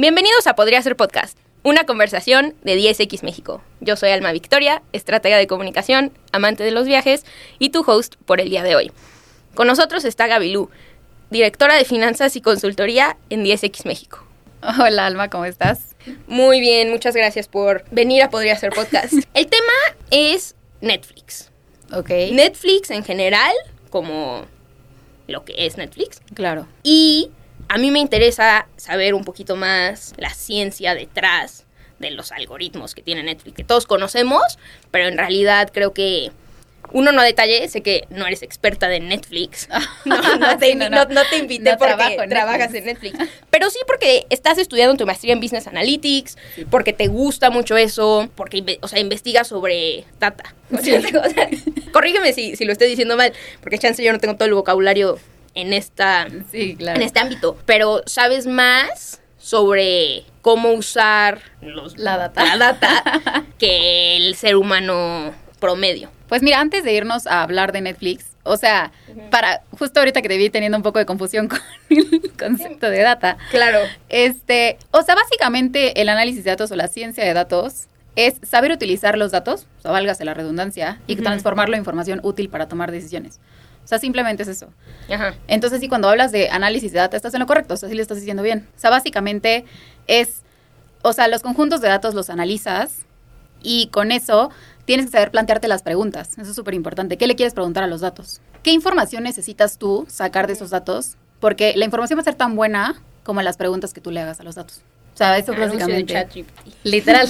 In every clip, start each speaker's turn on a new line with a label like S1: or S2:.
S1: Bienvenidos a Podría Ser Podcast, una conversación de 10X México. Yo soy Alma Victoria, estratega de comunicación, amante de los viajes y tu host por el día de hoy. Con nosotros está Gabilú, directora de finanzas y consultoría en 10X México.
S2: Hola Alma, ¿cómo estás?
S1: Muy bien, muchas gracias por venir a Podría Ser Podcast. El tema es Netflix.
S2: Ok.
S1: Netflix en general, como lo que es Netflix.
S2: Claro.
S1: Y a mí me interesa saber un poquito más la ciencia detrás de los algoritmos que tiene Netflix, que todos conocemos, pero en realidad creo que uno no a detalle, sé que no eres experta de Netflix, no te invité porque trabajas en Netflix, pero sí porque estás estudiando tu maestría en Business Analytics, porque te gusta mucho eso, porque investigas sobre data.
S2: Sí.
S1: Corrígeme si lo estoy diciendo mal, porque chance yo no tengo todo el vocabulario en este ámbito, pero sabes más sobre cómo usar
S2: la data
S1: que el ser humano promedio.
S2: Pues mira, antes de irnos a hablar de Netflix, o sea, para justo ahorita que te vi teniendo un poco de confusión con el concepto de data.
S1: Claro.
S2: O sea, básicamente el análisis de datos o la ciencia de datos es saber utilizar los datos, o sea, válgase la redundancia, y transformarlo en información útil para tomar decisiones. O sea, simplemente es eso.
S1: Ajá.
S2: Entonces, sí, cuando hablas de análisis de data, estás en lo correcto, o sea, sí lo estás diciendo bien. O sea, básicamente es, o sea, los conjuntos de datos los analizas y con eso tienes que saber plantearte las preguntas. Eso es súper importante. ¿Qué le quieres preguntar a los datos? ¿Qué información necesitas tú sacar de esos datos? Porque la información va a ser tan buena como las preguntas que tú le hagas a los datos. O sea, eso básicamente.
S1: ChatGPT.
S2: Literal.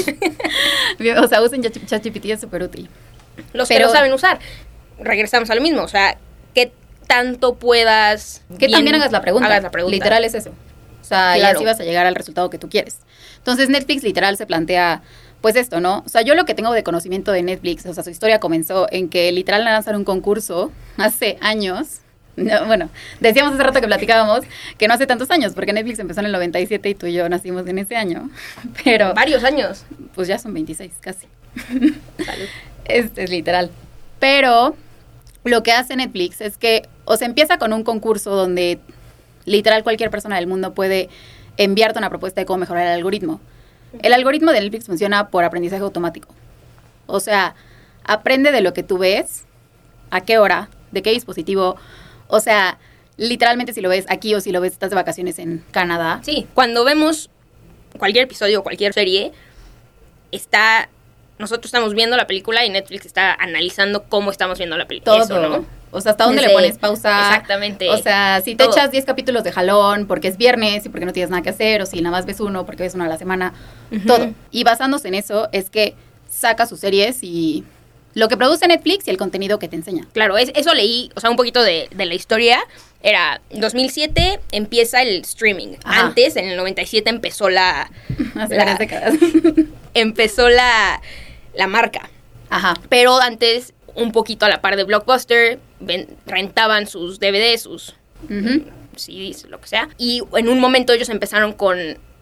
S2: O sea, usen ChatGPT, es súper útil.
S1: Los que lo saben usar. Regresamos a lo mismo. O sea, ¿qué tanto puedas?
S2: Que también hagas la pregunta. Literal es eso. O sea, claro. Y así vas a llegar al resultado que tú quieres. Entonces, Netflix literal se plantea, pues esto, ¿no? O sea, yo lo que tengo de conocimiento de Netflix, o sea, su historia comenzó en que literal lanzaron un concurso hace años. No, bueno, decíamos hace rato que platicábamos que no hace tantos años, porque Netflix empezó en el 97 y tú y yo nacimos en ese año. Pero
S1: varios años.
S2: Pues ya son 26, casi.
S1: Salud.
S2: Es literal. Pero lo que hace Netflix es que, o sea, empieza con un concurso donde literal cualquier persona del mundo puede enviarte una propuesta de cómo mejorar el algoritmo. El algoritmo de Netflix funciona por aprendizaje automático. O sea, aprende de lo que tú ves, a qué hora, de qué dispositivo. O sea, literalmente si lo ves aquí o si lo ves estás de vacaciones en Canadá.
S1: Sí, cuando vemos cualquier episodio o cualquier serie, nosotros estamos viendo la película y Netflix está analizando cómo estamos viendo la película.
S2: Todo,
S1: eso, ¿no?
S2: O sea, hasta dónde le pones pausa.
S1: Exactamente.
S2: O sea, si te echas 10 capítulos de jalón porque es viernes y porque no tienes nada que hacer, o si nada más ves uno porque ves uno a la semana, todo. Y basándose en eso es que saca sus series y lo que produce Netflix y el contenido que te enseña.
S1: Claro, eso leí, o sea, un poquito de la historia. Era 2007 empieza el streaming. Ajá. Antes, en el 97 empezó
S2: hace varias décadas.
S1: Empezó la marca.
S2: Ajá.
S1: Pero antes, un poquito a la par de Blockbuster, rentaban sus DVDs, sus CDs, lo que sea. Y en un momento ellos empezaron con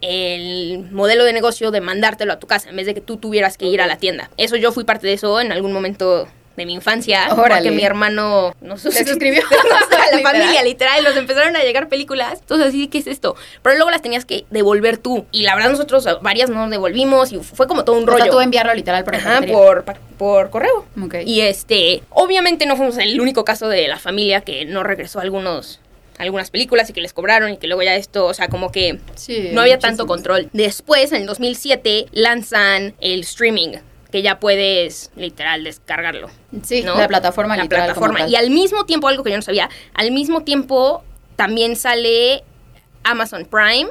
S1: el modelo de negocio de mandártelo a tu casa en vez de que tú tuvieras que ir a la tienda. Eso yo fui parte de eso en algún momento de mi infancia.
S2: Órale.
S1: Porque mi hermano nos
S2: suscribió
S1: a la familia, literal, y nos empezaron a llegar películas. Entonces así, ¿qué es esto? Pero luego las tenías que devolver tú. Y la verdad nosotros varias no devolvimos y fue como todo un rollo.
S2: O sea, tú enviarlo literal por
S1: por correo.
S2: Okay.
S1: Y obviamente no fuimos el único caso de la familia que no regresó algunas películas y que les cobraron y que luego ya esto, o sea, como que no había tanto control. Después, en el 2007, lanzan el streaming, que ya puedes, literal, descargarlo.
S2: Sí,
S1: ¿no?
S2: la plataforma.
S1: Y al mismo tiempo, algo que yo no sabía, al mismo tiempo también sale Amazon Prime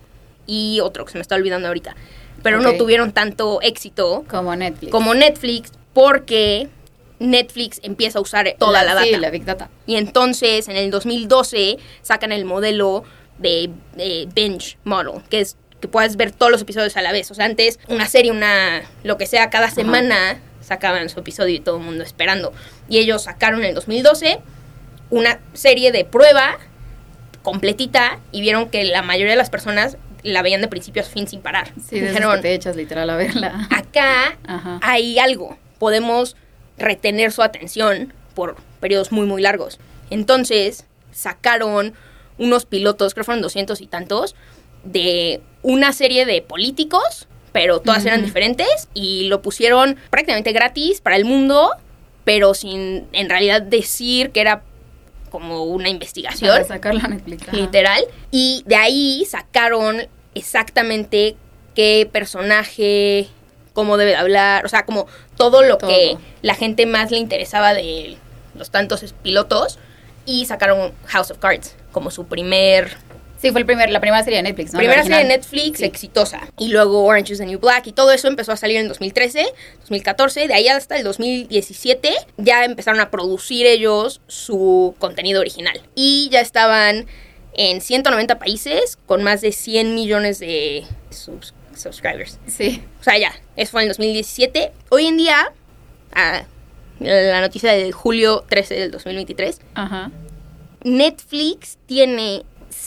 S1: y otro que se me está olvidando ahorita. Pero no tuvieron tanto éxito
S2: como
S1: Netflix porque Netflix empieza a usar toda la data.
S2: Sí, la Big Data.
S1: Y entonces, en el 2012, sacan el modelo de binge model, que es que puedes ver todos los episodios a la vez. O sea, antes, una serie, lo que sea, cada semana sacaban su episodio y todo el mundo esperando. Y ellos sacaron en el 2012 una serie de prueba completita y vieron que la mayoría de las personas la veían de principio a fin sin parar.
S2: Sí, dijeron, que te echas literal a verla.
S1: Acá hay algo. Podemos retener su atención por periodos muy, muy largos. Entonces, sacaron unos pilotos, creo que fueron 200 y tantos, de una serie de políticos, pero todas eran diferentes, y lo pusieron prácticamente gratis para el mundo, pero sin en realidad decir que era como una investigación.
S2: Para sacarla a Netflix.
S1: Literal. Y de ahí sacaron exactamente qué personaje, cómo debe de hablar, o sea, como todo lo que la gente más le interesaba de los tantos pilotos, y sacaron House of Cards como su primer...
S2: Sí, fue la primera serie de Netflix, ¿no?
S1: Primera serie de Netflix exitosa. Y luego Orange is the New Black, y todo eso empezó a salir en 2013, 2014. De ahí hasta el 2017 ya empezaron a producir ellos su contenido original. Y ya estaban en 190 países con más de 100 millones de subscribers.
S2: Sí.
S1: O sea, ya, eso fue en el 2017. Hoy en día, la noticia de julio 13 del 2023, Netflix tiene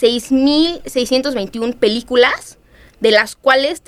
S1: 6,621 películas, de las cuales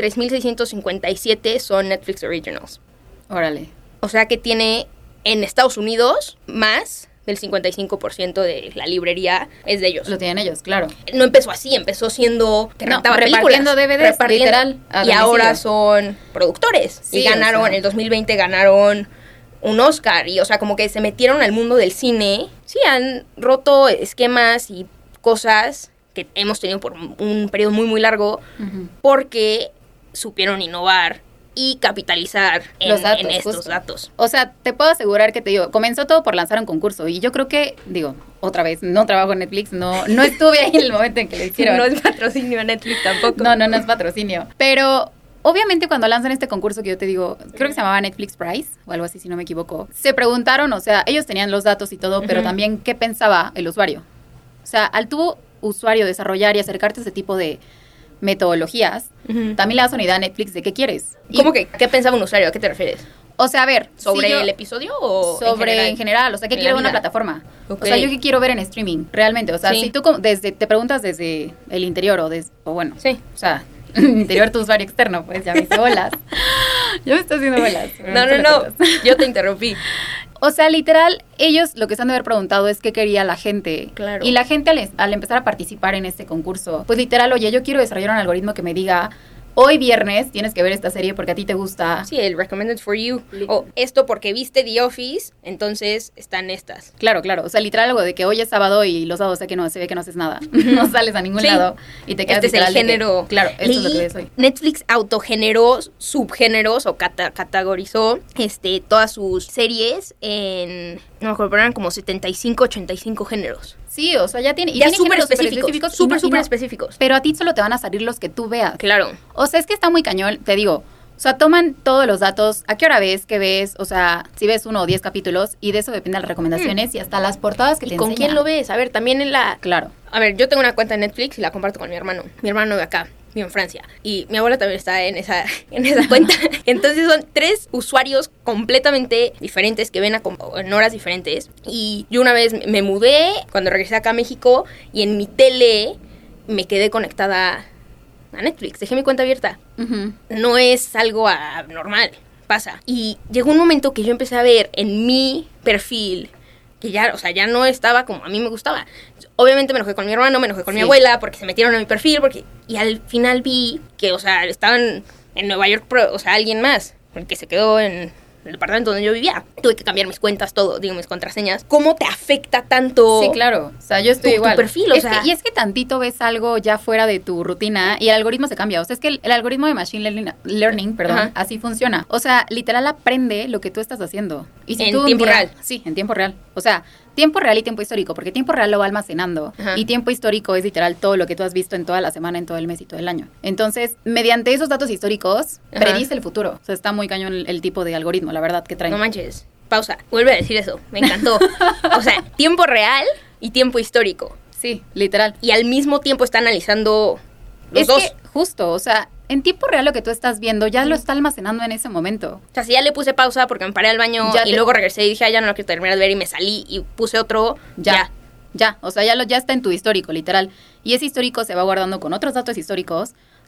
S1: 3,657 son Netflix Originals.
S2: Órale.
S1: O sea que tiene en Estados Unidos más del 55% de la librería es de ellos.
S2: Lo tienen ellos, claro.
S1: No empezó así, empezó siendo que rentaba
S2: repartiendo
S1: películas.
S2: DVDs, literal.
S1: Y ahora son productores. Sí, y ganaron, en el 2020 ganaron un Oscar. Y, o sea, como que se metieron al mundo del cine. Sí, han roto esquemas y cosas que hemos tenido por un periodo muy, muy largo, porque supieron innovar y capitalizar en estos datos.
S2: O sea, te puedo asegurar que te digo, comenzó todo por lanzar un concurso, y yo creo que, digo, otra vez, no trabajo en Netflix, no estuve ahí en el momento en que lo hicieron.
S1: No es patrocinio a Netflix tampoco.
S2: No es patrocinio. Pero obviamente cuando lanzan este concurso que yo te digo, creo que se llamaba Netflix Prize o algo así, si no me equivoco, se preguntaron, o sea, ellos tenían los datos y todo, pero también qué pensaba el usuario. O sea, al tu usuario desarrollar y acercarte a ese tipo de metodologías, también le das una idea a Netflix de qué quieres.
S1: ¿Cómo que qué pensaba un usuario? ¿A qué te refieres?
S2: O sea, a ver,
S1: ¿sobre el episodio o
S2: sobre en general? O sea, ¿qué quiero ver en una plataforma? Okay. O sea, ¿yo qué quiero ver en streaming? Realmente, o sea, si tú te preguntas desde el interior o bueno, o sea, interior tu usuario externo, pues ya me hice bolas. Yo me estoy haciendo bolas.
S1: No, yo te interrumpí.
S2: O sea, literal, ellos lo que se han de haber preguntado es qué quería la gente.
S1: Claro.
S2: Y la gente al empezar a participar en este concurso, pues literal, oye, yo quiero desarrollar un algoritmo que me diga, hoy viernes tienes que ver esta serie porque a ti te gusta.
S1: Sí, el recommended for you. O esto porque viste The Office, entonces están estas.
S2: Claro. O sea, literal algo de que hoy es sábado y los sábados se ve que no haces nada. No sales a ningún lado y te quedas
S1: es el género.
S2: Claro, esto es lo que ves hoy.
S1: Netflix autogeneró subgéneros o categorizó todas sus series en, no me acuerdo, pero eran como 75, 85 géneros.
S2: Sí, o sea, ya tiene
S1: súper específicos. Súper específicos.
S2: Pero a ti solo te van a salir los que tú veas.
S1: Claro.
S2: O sea, es que está muy cañón, te digo. O sea, toman todos los datos, a qué hora ves, qué ves, o sea, si ves 1 o 10 capítulos, y de eso dependen las recomendaciones y hasta las portadas que te enseñan.
S1: ¿Y con quién lo ves? A ver, también en la...
S2: Claro.
S1: A ver, yo tengo una cuenta de Netflix y la comparto con mi hermano. Mi hermano de acá, vive en Francia. Y mi abuela también está en esa cuenta. Entonces son 3 usuarios completamente diferentes que ven en horas diferentes. Y yo una vez me mudé cuando regresé acá a México y en mi tele me quedé conectada a Netflix. Dejé mi cuenta abierta. No es algo anormal, pasa. Y llegó un momento que yo empecé a ver en mi perfil que ya, o sea, ya no estaba como a mí me gustaba. Obviamente me enojé con mi hermano, me enojé con mi abuela porque se metieron a mi perfil, y al final vi que, o sea, estaban en Nueva York, o sea, alguien más, porque se quedó en el departamento donde yo vivía. Tuve que cambiar mis cuentas, mis contraseñas. ¿Cómo te afecta tanto?
S2: Sí, claro. O sea, yo estoy igual.
S1: Tu perfil,
S2: y es que tantito ves algo ya fuera de tu rutina y el algoritmo se cambia. O sea, es que el algoritmo de Machine Learning, así funciona. O sea, literal aprende lo que tú estás haciendo. Y si
S1: en tiempo real.
S2: Sí, en tiempo real. O sea, tiempo real y tiempo histórico, porque tiempo real lo va almacenando. Y tiempo histórico es literal todo lo que tú has visto en toda la semana, en todo el mes y todo el año. Entonces, mediante esos datos históricos, predice el futuro. O sea, está muy cañón el tipo de algoritmo, la verdad, que traen.
S1: No manches. Pausa. Vuelve a decir eso. Me encantó. O sea, tiempo real y tiempo histórico.
S2: Sí, literal.
S1: Y al mismo tiempo está analizando los dos.
S2: Que, justo, o sea, en tiempo real lo que tú estás viendo ya lo está almacenando en ese momento.
S1: O sea, si ya le puse pausa porque me paré al baño y luego regresé y dije, ya no lo quiero terminar de ver y me salí y puse otro, ya. O sea, ya está en tu histórico, literal. Y ese histórico se va guardando con otros datos históricos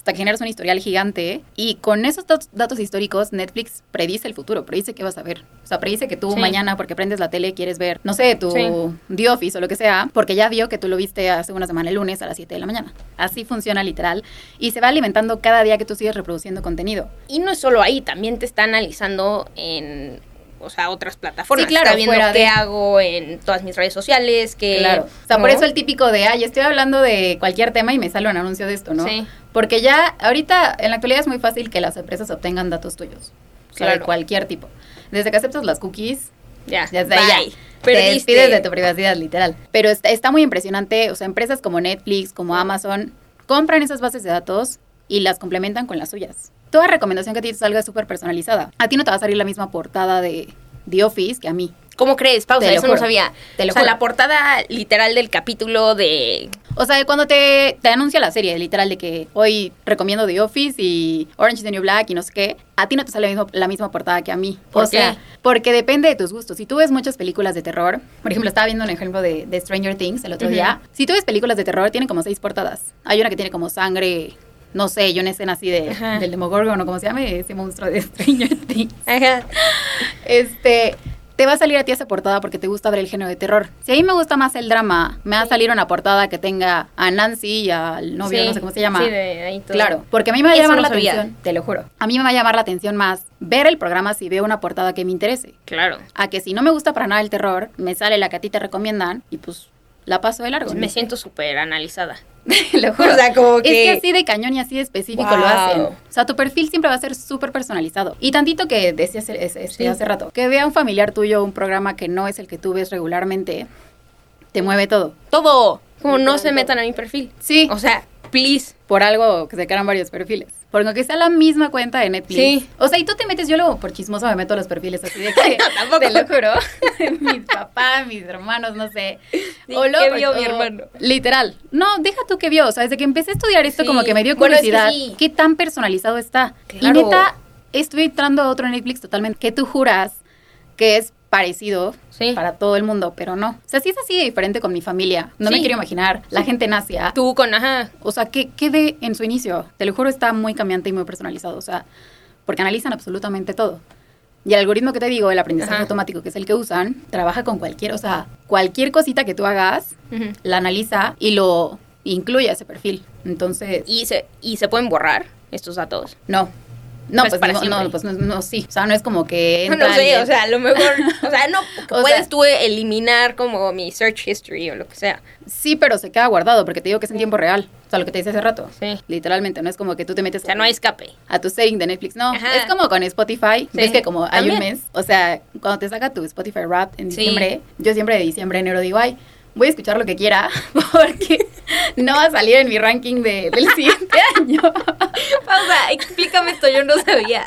S2: hasta que generas un historial gigante. Y con esos datos históricos, Netflix predice el futuro, predice qué vas a ver. O sea, predice que tú mañana, porque prendes la tele, quieres ver, no sé, tu The Office o lo que sea, porque ya vio que tú lo viste hace una semana el lunes a las 7 de la mañana. Así funciona literal. Y se va alimentando cada día que tú sigues reproduciendo contenido.
S1: Y no es solo ahí, también te está analizando en... O sea, otras plataformas.
S2: Sí, claro,
S1: está viendo qué hago en todas mis redes sociales, que...
S2: Claro. O sea, por eso el típico de, estoy hablando de cualquier tema y me sale un anuncio de esto, ¿no?
S1: Sí.
S2: Porque ya, ahorita, en la actualidad es muy fácil que las empresas obtengan datos tuyos. O sea, de cualquier tipo. Desde que aceptas las cookies, ya te despides de tu privacidad, literal. Pero está muy impresionante. O sea, empresas como Netflix, como Amazon, compran esas bases de datos y las complementan con las suyas. Toda recomendación que a ti te salga es súper personalizada. A ti no te va a salir la misma portada de The Office que a mí.
S1: ¿Cómo crees? Pausa, eso no sabía.
S2: Te lo
S1: o sea,
S2: juro.
S1: la portada literal del capítulo de...
S2: O sea, cuando te anuncia la serie, literal, de que hoy recomiendo The Office y Orange is the New Black y no sé qué, a ti no te sale la misma portada que a mí.
S1: ¿Por qué?
S2: Porque depende de tus gustos. Si tú ves muchas películas de terror, por ejemplo, estaba viendo un ejemplo de Stranger Things el otro día. Si tú ves películas de terror, tienen como 6 portadas. Hay una que tiene como sangre... No sé, yo una escena así del Demogorgon o como se llame, ese monstruo de Stranger Things.
S1: Ajá.
S2: Te va a salir a ti esa portada porque te gusta ver el género de terror. Si a mí me gusta más el drama, me va a salir una portada que tenga a Nancy y al novio, no sé cómo se llama.
S1: Sí, de ahí todo.
S2: Claro, porque a mí me va a llamar la
S1: sabía.
S2: atención, te lo juro. A mí me va a llamar la atención más ver el programa si veo una portada que me interese.
S1: Claro.
S2: A que si no me gusta para nada el terror, me sale la que a ti te recomiendan y pues la paso de largo.
S1: Me siento súper analizada.
S2: Lo juro.
S1: O sea, como que...
S2: Es que así de cañón y así de específico lo hacen. O sea, tu perfil siempre va a ser súper personalizado. Y tantito que decías hace rato, que vea un familiar tuyo un programa que no es el que tú ves regularmente, te mueve todo.
S1: Todo. Como no se metan a mi perfil.
S2: Sí.
S1: O sea, please.
S2: Por algo que se crean varios perfiles. Porque aunque sea la misma cuenta de Netflix.
S1: Sí.
S2: O sea, y tú te metes, yo luego por chismoso me meto a los perfiles así de que,
S1: No, tampoco.
S2: te lo juro, mis papás, mis hermanos, no sé.
S1: Sí,
S2: o luego,
S1: ¿qué vio mi hermano?
S2: Literal. No, deja tú que vio. O sea, desde que empecé a estudiar esto,
S1: Sí.
S2: como que me dio
S1: Bueno, es que
S2: curiosidad.
S1: sí.
S2: ¿Qué tan personalizado está?
S1: Claro.
S2: Y neta, estoy entrando a otro Netflix totalmente que tú juras que es parecido para todo el mundo, pero no. O sea, si es así de diferente con mi familia, no me quiero imaginar. La gente en Asia.
S1: Tú con, ajá.
S2: O sea, ¿qué ve en su inicio? Te lo juro, está muy cambiante y muy personalizado. O sea, porque analizan absolutamente todo. Y el algoritmo que te digo, el aprendizaje automático, que es el que usan, trabaja con cualquier cosita que tú hagas, la analiza y lo incluye a ese perfil. Entonces...
S1: ¿Y se pueden borrar estos datos?
S2: No. No,
S1: Pues para siempre.
S2: No, sí. O sea, no es como que entra
S1: No sé,
S2: alguien.
S1: o sea, a lo mejor, o sea, no,
S2: O
S1: puedes
S2: sea,
S1: tú eliminar como mi search history o lo que sea.
S2: Sí, pero se queda guardado porque te digo que es en tiempo real. O sea, lo que te decía hace rato.
S1: Sí.
S2: Literalmente, no es como que tú te metes
S1: O sea, no hay escape.
S2: a tu setting de Netflix. No,
S1: Ajá.
S2: es como con Spotify. Ves que como hay
S1: También.
S2: un mes, o sea, cuando te saca tu Spotify Wrapped en diciembre, yo siempre de diciembre, enero digo, voy a escuchar lo que quiera porque no va a salir en mi ranking del siguiente año.
S1: Pausa, explícame esto, yo no sabía.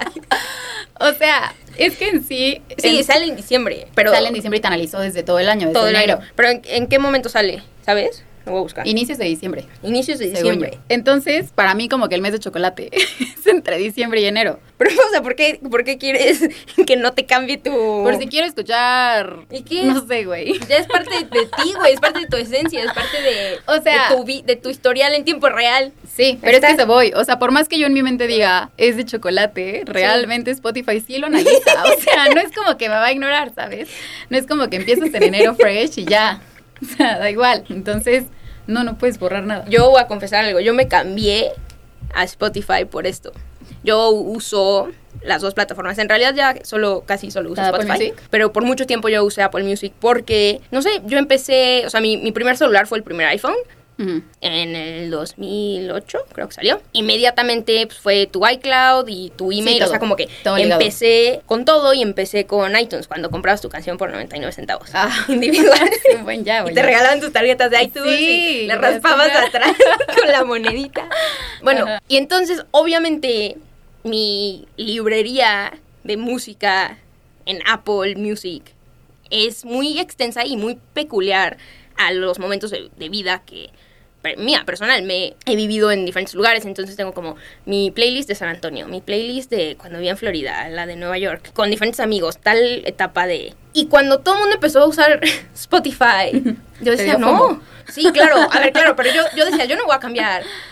S2: O sea, es que en sí...
S1: Sí, sale en diciembre, pero...
S2: Sale en diciembre y te analizó desde todo el año, desde
S1: todo el
S2: enero.
S1: año. Pero ¿en qué momento sale? ¿Sabes? Lo voy a buscar.
S2: Inicios de diciembre.
S1: Inicios de
S2: según
S1: diciembre.
S2: yo. Entonces, para mí como que el mes de chocolate es entre diciembre y enero.
S1: Pero, o sea, ¿por qué quieres que no te cambie tu...?
S2: Por si quiero escuchar...
S1: ¿Y qué?
S2: No sé, güey.
S1: Ya es parte de ti, güey, es parte de tu esencia, es parte de...
S2: O sea...
S1: de tu historial en tiempo real.
S2: Sí, pero es que se voy. O sea, por más que yo en mi mente diga, es de chocolate, realmente Spotify sí lo analiza. O sea, no es como que me va a ignorar, ¿sabes? No es como que empiezas en enero fresh y ya. O sea, da igual. Entonces, no puedes borrar nada.
S1: Yo voy a confesar algo, yo me cambié a Spotify por esto. Yo uso las dos plataformas. En realidad ya casi solo uso
S2: ¿Apple
S1: Spotify.
S2: Music?
S1: Pero por mucho tiempo yo usé Apple Music porque, no sé, yo empecé... O sea, mi primer celular fue el primer iPhone.
S2: Uh-huh.
S1: En el 2008, creo que salió. Inmediatamente pues, fue tu iCloud y tu email.
S2: todo,
S1: o sea, como que
S2: todo ligado.
S1: empecé con todo y empecé con iTunes cuando comprabas tu canción por 99 centavos.
S2: Individual.
S1: Y te regalaban tus tarjetas de iTunes
S2: Sí,
S1: y le raspabas atrás con la monedita. Bueno,
S2: Ajá.
S1: y entonces, obviamente, mi librería de música en Apple Music es muy extensa y muy peculiar a los momentos de vida que mía personal me he vivido en diferentes lugares. Entonces tengo como mi playlist de San Antonio, mi playlist de cuando vivía en Florida, la de Nueva York, con diferentes amigos, tal etapa de... Y cuando todo el mundo empezó a usar Spotify, yo decía,
S2: dio
S1: no,
S2: FOMO.
S1: sí, claro, a ver, claro, pero yo decía, yo no voy a cambiar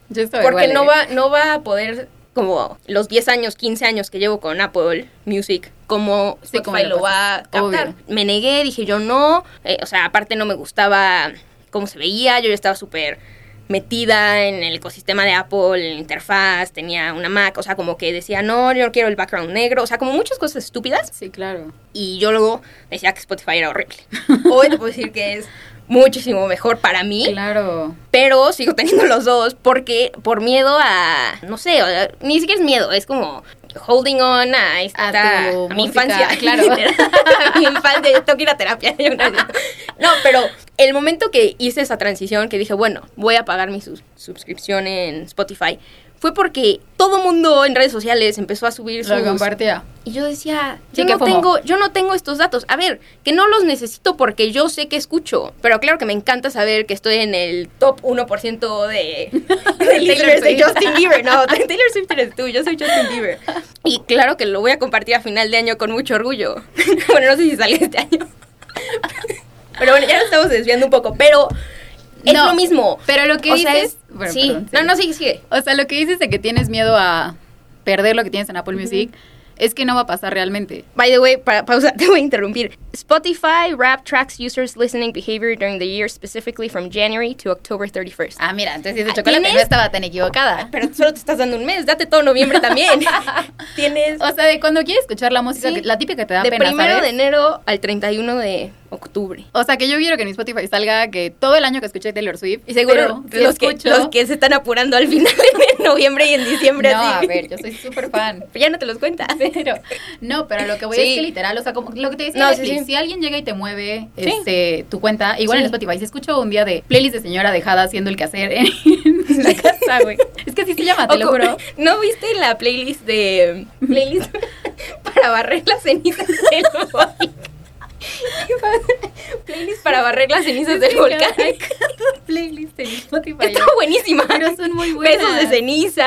S2: Yo estoy
S1: Porque
S2: igual,
S1: no va a poder, como los 10 años, 15 años que llevo con Apple Music, como
S2: Sí,
S1: Spotify
S2: como lo
S1: lo va a captar.
S2: Obvio.
S1: Me negué, dije yo no, o sea, aparte no me gustaba cómo se veía, yo ya estaba súper metida en el ecosistema de Apple, en la interfaz, tenía una Mac, o sea, como que decía, no, yo no quiero el background negro, o sea, como muchas cosas estúpidas,
S2: Sí, claro.
S1: y yo luego decía que Spotify era horrible. Hoy te puedo decir que es muchísimo mejor para mí,
S2: Claro.
S1: pero sigo teniendo los dos porque por miedo a, no sé, o sea, ni siquiera es miedo, es como holding on a
S2: tu
S1: mi
S2: música,
S1: infancia,
S2: claro.
S1: a mi infancia, yo tengo que ir a terapia. No, pero el momento que hice esa transición, que dije, bueno, voy a pagar mi suscripción en Spotify, fue porque todo mundo en redes sociales empezó a subir
S2: Lo
S1: sus...
S2: compartía.
S1: Y yo decía,
S2: Sí,
S1: yo no tengo estos datos. A ver, que no los necesito porque yo sé que escucho. Pero claro que me encanta saber que estoy en el top 1% de listeners de
S2: Swift.
S1: Justin Bieber. No, Taylor Swift eres tú, yo soy Justin Bieber. Y claro que lo voy a compartir a final de año con mucho orgullo. Bueno, no sé si sale este año. Pero bueno, ya nos estamos desviando un poco. Pero es
S2: No,
S1: lo mismo.
S2: Pero lo que
S1: O sea,
S2: dices...
S1: es...
S2: Bueno,
S1: sí,
S2: perdón,
S1: no, sigue.
S2: O sea, lo que dices de que tienes miedo a perder lo que tienes en Apple Music es que no va a pasar realmente.
S1: By the way, pausa, te voy a interrumpir. Spotify Wrap tracks users' listening behavior during the year, specifically from January to October 31st.
S2: Ah, mira, entonces ese chocolate
S1: ¿Tienes?
S2: no estaba tan equivocada.
S1: Pero solo te estás dando un mes, date todo noviembre también. Tienes
S2: O sea, de cuando quieres escuchar la música,
S1: Sí.
S2: la típica que te da
S1: de
S2: pena,
S1: 1
S2: ¿sabes?
S1: de enero al 31 de octubre.
S2: O sea, que yo quiero que en mi Spotify salga que todo el año que escuché Taylor Swift.
S1: Y seguro
S2: pero
S1: los,
S2: si
S1: que se están apurando al final de noviembre y en diciembre
S2: No,
S1: así.
S2: a ver, yo soy súper fan.
S1: Ya no te los cuentas.
S2: Pero, no, pero lo que voy
S1: Sí.
S2: es que literal, o sea, como lo que te decía
S1: No,
S2: Netflix,
S1: sí, sí.
S2: si alguien llega y te mueve
S1: Sí.
S2: tu cuenta, igual
S1: Sí.
S2: en Spotify, si escucho un día de playlist de señora dejada haciendo el quehacer en la casa, güey. Es que así se llama, te lo juro.
S1: ¿No viste la playlist de... playlist para barrer las cenizas del volcán? Playlist para barrer las cenizas del volcán.
S2: Hay cada playlist en Spotify.
S1: Está buenísima.
S2: Pero son muy buenas.
S1: Besos de ceniza.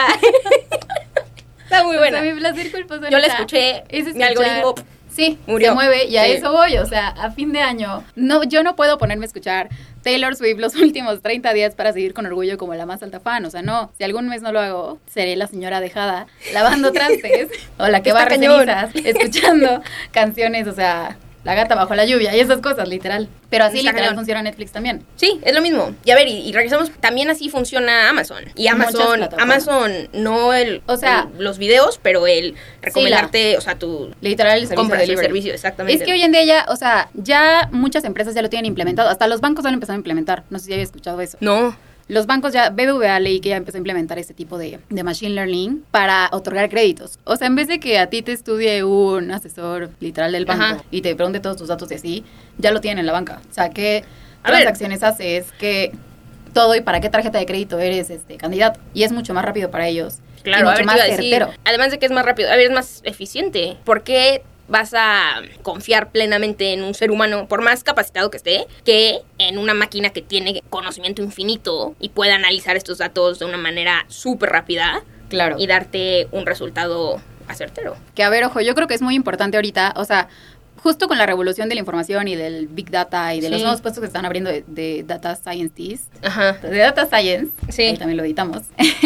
S1: Está muy buena.
S2: O sea, mi placer culposo.
S1: Yo la
S2: neta,
S1: escuché,
S2: es
S1: mi
S2: escuchar-
S1: algoritmo
S2: Sí,
S1: murió.
S2: se mueve y a
S1: Sí.
S2: eso voy, o sea, a fin de año. No, yo no puedo ponerme a escuchar Taylor Swift los últimos 30 días para seguir con orgullo como la más alta fan, o sea, no. Si algún mes no lo hago, seré la señora dejada lavando trastes o la que
S1: Está
S2: barre
S1: cañón.
S2: cenizas, escuchando canciones, o sea, La gata bajo la lluvia y esas cosas, literal. Pero así
S1: Está
S2: literal
S1: cañón.
S2: funciona Netflix también.
S1: Sí, es lo mismo. Y a ver, y regresamos, también así funciona Amazon. Y
S2: Muchas plataformas.
S1: Amazon, no
S2: O sea,
S1: los videos, pero el recomendarte, o sea, tu
S2: Literal el servicio
S1: compras
S2: de
S1: el
S2: delivery.
S1: servicio, exactamente.
S2: Es que hoy en día ya, o sea, ya muchas empresas ya lo tienen implementado. Hasta los bancos ya lo empezaron a implementar. No sé si habías escuchado eso.
S1: No.
S2: Los bancos ya, BBVA leí que ya empezó a implementar este tipo de machine learning para otorgar créditos. O sea, en vez de que a ti te estudie un asesor literal del banco
S1: Ajá.
S2: y te pregunte todos tus datos y así, ya lo tienen en la banca. O sea, qué
S1: A ver.
S2: transacciones haces, qué todo y para qué tarjeta de crédito eres candidato. Y es mucho más rápido para ellos.
S1: Claro,
S2: y
S1: a
S2: mucho
S1: ver, te
S2: más
S1: iba a decir,
S2: certero.
S1: además de que es más rápido, a ver, es más eficiente. ¿Por qué vas a confiar plenamente en un ser humano, por más capacitado que esté, que en una máquina que tiene conocimiento infinito y pueda analizar estos datos de una manera súper rápida
S2: Claro.
S1: y darte un resultado acertero?
S2: Que a ver, ojo, yo creo que es muy importante ahorita, o sea, justo con la revolución de la información y del Big Data y de los
S1: Sí.
S2: nuevos puestos que están abriendo de Data Scientists,
S1: Ajá.
S2: de Data Science,
S1: Sí.
S2: ahí también lo editamos,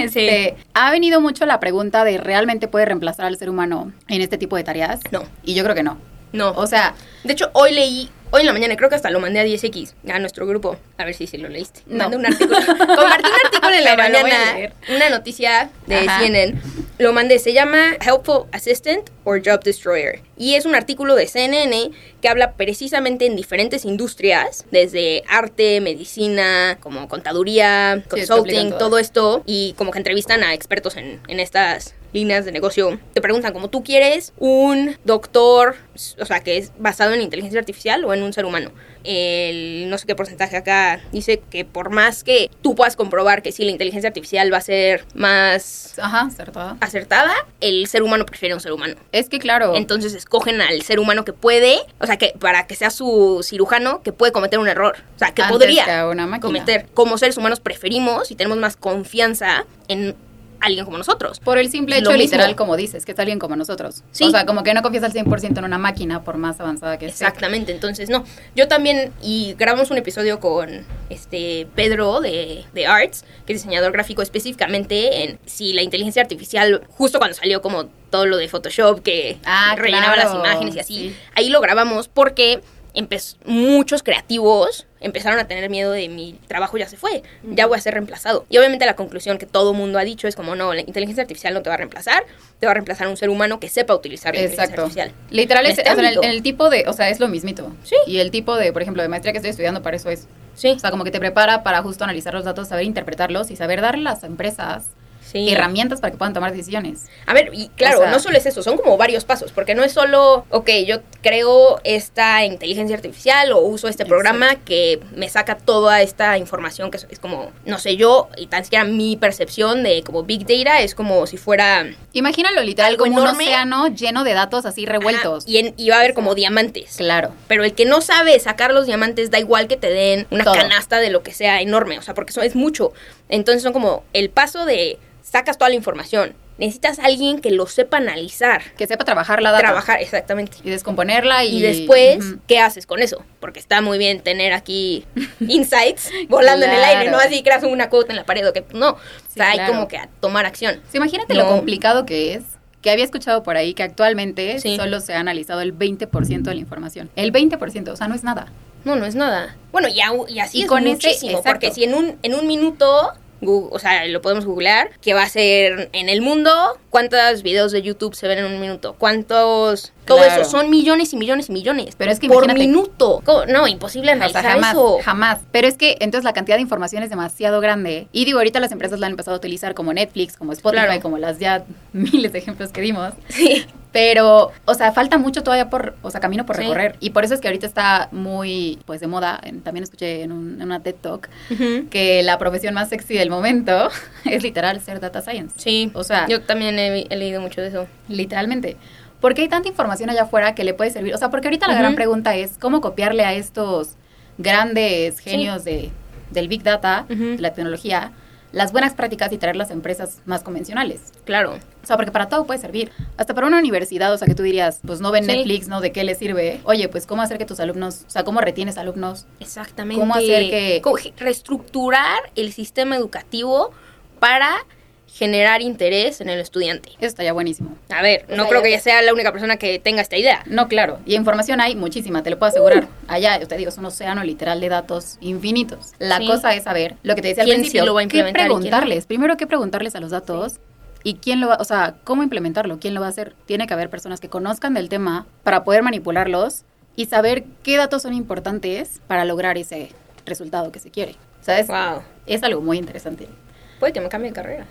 S2: ha venido mucho la pregunta de ¿realmente puede reemplazar al ser humano en este tipo de tareas?
S1: No.
S2: Y yo creo que no.
S1: No.
S2: O sea,
S1: De hecho, hoy en la mañana, creo que hasta lo mandé a 10X, a nuestro grupo. A ver si lo leíste.
S2: No.
S1: Mandé un artículo. Compartí un artículo en la
S2: Pero lo voy a
S1: mañana,
S2: leer.
S1: una noticia de
S2: Ajá.
S1: CNN. Lo mandé, se llama Helpful Assistant or Job Destroyer. Y es un artículo de CNN que habla precisamente en diferentes industrias, desde arte, medicina, como contaduría,
S2: Sí, es que aplican
S1: consulting,
S2: todas.
S1: todo esto. Y como que entrevistan a expertos en estas líneas de negocio. Te preguntan como tú quieres un doctor, o sea, que es basado en inteligencia artificial o en un ser humano. El no sé qué porcentaje acá dice que por más que tú puedas comprobar que sí, la inteligencia artificial va a ser más
S2: ajá, acertada.
S1: acertada, el ser humano prefiere a un ser humano.
S2: Es que claro,
S1: Entonces escogen al ser humano que puede, o sea, que para que sea su cirujano, que puede cometer un error. O sea, que
S2: antes
S1: podría
S2: que a una máquina.
S1: cometer. Como seres humanos preferimos y tenemos más confianza en alguien como nosotros.
S2: Por el simple
S1: Es lo
S2: hecho,
S1: mismo.
S2: literal, como dices, que es alguien como nosotros.
S1: Sí.
S2: O sea, como que no confías al 100% en una máquina, por más avanzada que esté.
S1: Exactamente, entonces no. Yo también, y grabamos un episodio con Pedro de Arts, que es diseñador gráfico, específicamente en si la inteligencia artificial, justo cuando salió como todo lo de Photoshop, que rellenaba
S2: claro,
S1: las imágenes y así,
S2: sí.
S1: ahí lo grabamos porque muchos creativos empezaron a tener miedo de mi trabajo ya se fue, ya voy a ser reemplazado. Y obviamente la conclusión que todo mundo ha dicho es como, no, la inteligencia artificial no te va a reemplazar, te va a reemplazar un ser humano que sepa utilizar la inteligencia artificial.
S2: Literal,
S1: En
S2: es,
S1: este
S2: o sea,
S1: ámbito.
S2: en el tipo de, o sea, es lo mismito.
S1: Sí.
S2: Y el tipo de, por ejemplo, de maestría que estoy estudiando para eso es.
S1: Sí,
S2: O sea, como que te prepara para justo analizar los datos, saber interpretarlos y saber darle a las empresas
S1: sí.
S2: herramientas para que puedan tomar decisiones.
S1: A ver, y claro,
S2: O sea,
S1: no solo es eso, son como varios pasos, porque no es solo, ok, yo creo esta inteligencia artificial o uso este programa que me saca toda esta información que es como, no sé, yo, y tan siquiera mi percepción de como Big Data es como si fuera...
S2: Imagínalo literal
S1: Algo
S2: como
S1: enorme.
S2: un océano lleno de datos así revueltos.
S1: Ajá, y va a haber como diamantes.
S2: Claro.
S1: Pero el que no sabe sacar los diamantes da igual que te den una
S2: Todo.
S1: canasta de lo que sea enorme, o sea, porque eso es mucho. Entonces son como el paso de sacas toda la información. Necesitas a alguien que lo sepa analizar.
S2: Que sepa trabajar la data.
S1: Trabajar, exactamente.
S2: Y descomponerla y...
S1: Y después,
S2: Ujú.
S1: ¿qué haces con eso? Porque está muy bien tener aquí insights volando en el aire,
S2: Claro.
S1: no así creas una quote en la pared o que no. O
S2: Sí,
S1: sea, hay
S2: claro.
S1: como que a tomar acción.
S2: Sí, imagínate
S1: No.
S2: lo complicado que es, que había escuchado por ahí que actualmente
S1: Sí.
S2: solo se ha analizado el 20% de la información. El 20%, o sea, no es nada.
S1: No, no es nada. Bueno, y así
S2: Y
S1: es
S2: con ese-
S1: muchísimo,
S2: exacto.
S1: porque si en un minuto, o sea, lo podemos googlear, que va a ser en el mundo, cuántos videos de YouTube se ven en un minuto, cuántos... Todo
S2: Claro.
S1: eso, son millones y millones y millones.
S2: Pero es que
S1: por
S2: imagínate-
S1: minuto. ¿Cómo? No, imposible
S2: O sea,
S1: analizar
S2: jamás,
S1: eso.
S2: jamás. Pero es que entonces la cantidad de información es demasiado grande. Y digo, ahorita las empresas la han empezado a utilizar como Netflix, como Spotify,
S1: Claro.
S2: como las ya miles de ejemplos que dimos.
S1: Sí.
S2: Pero, o sea, falta mucho todavía camino por
S1: Sí.
S2: recorrer. Y por eso es que ahorita está muy, pues, de moda. También escuché en una TED Talk
S1: Ujú.
S2: que la profesión más sexy del momento es literal ser data science.
S1: Sí,
S2: O sea,
S1: yo también he leído mucho de eso.
S2: literalmente. Porque hay tanta información allá afuera que le puede servir. O sea, porque ahorita la
S1: Ujú.
S2: gran pregunta es cómo copiarle a estos grandes genios del Big Data,
S1: Ujú.
S2: de la tecnología, las buenas prácticas y traerlas a empresas más convencionales.
S1: Claro.
S2: O sea, porque para todo puede servir. Hasta para una universidad, o sea, que tú dirías, pues no ven
S1: Sí.
S2: Netflix, ¿no? ¿De qué le sirve? Oye, pues cómo hacer que tus alumnos, o sea, cómo retienes alumnos.
S1: Exactamente.
S2: ¿Cómo hacer que-
S1: reestructurar el sistema educativo para generar interés en el estudiante.
S2: Eso estaría buenísimo.
S1: A ver,
S2: O
S1: no
S2: sea,
S1: creo
S2: ya
S1: que
S2: sé.
S1: ella sea la única persona que tenga esta idea.
S2: No, claro. Y información hay muchísima, te lo puedo asegurar. Allá, yo te digo, es un océano literal de datos infinitos. La
S1: Sí.
S2: cosa es saber, lo que te decía al
S1: ¿Quién sí
S2: principio,
S1: lo va a
S2: qué
S1: implementar y quién no?
S2: preguntarles. Primero, qué preguntarles a los datos y quién lo va, o sea, cómo implementarlo, quién lo va a hacer. Tiene que haber personas que conozcan del tema para poder manipularlos y saber qué datos son importantes para lograr ese resultado que se quiere. ¿Sabes?
S1: Wow.
S2: Es algo muy interesante.
S1: Puede que me cambie de carrera.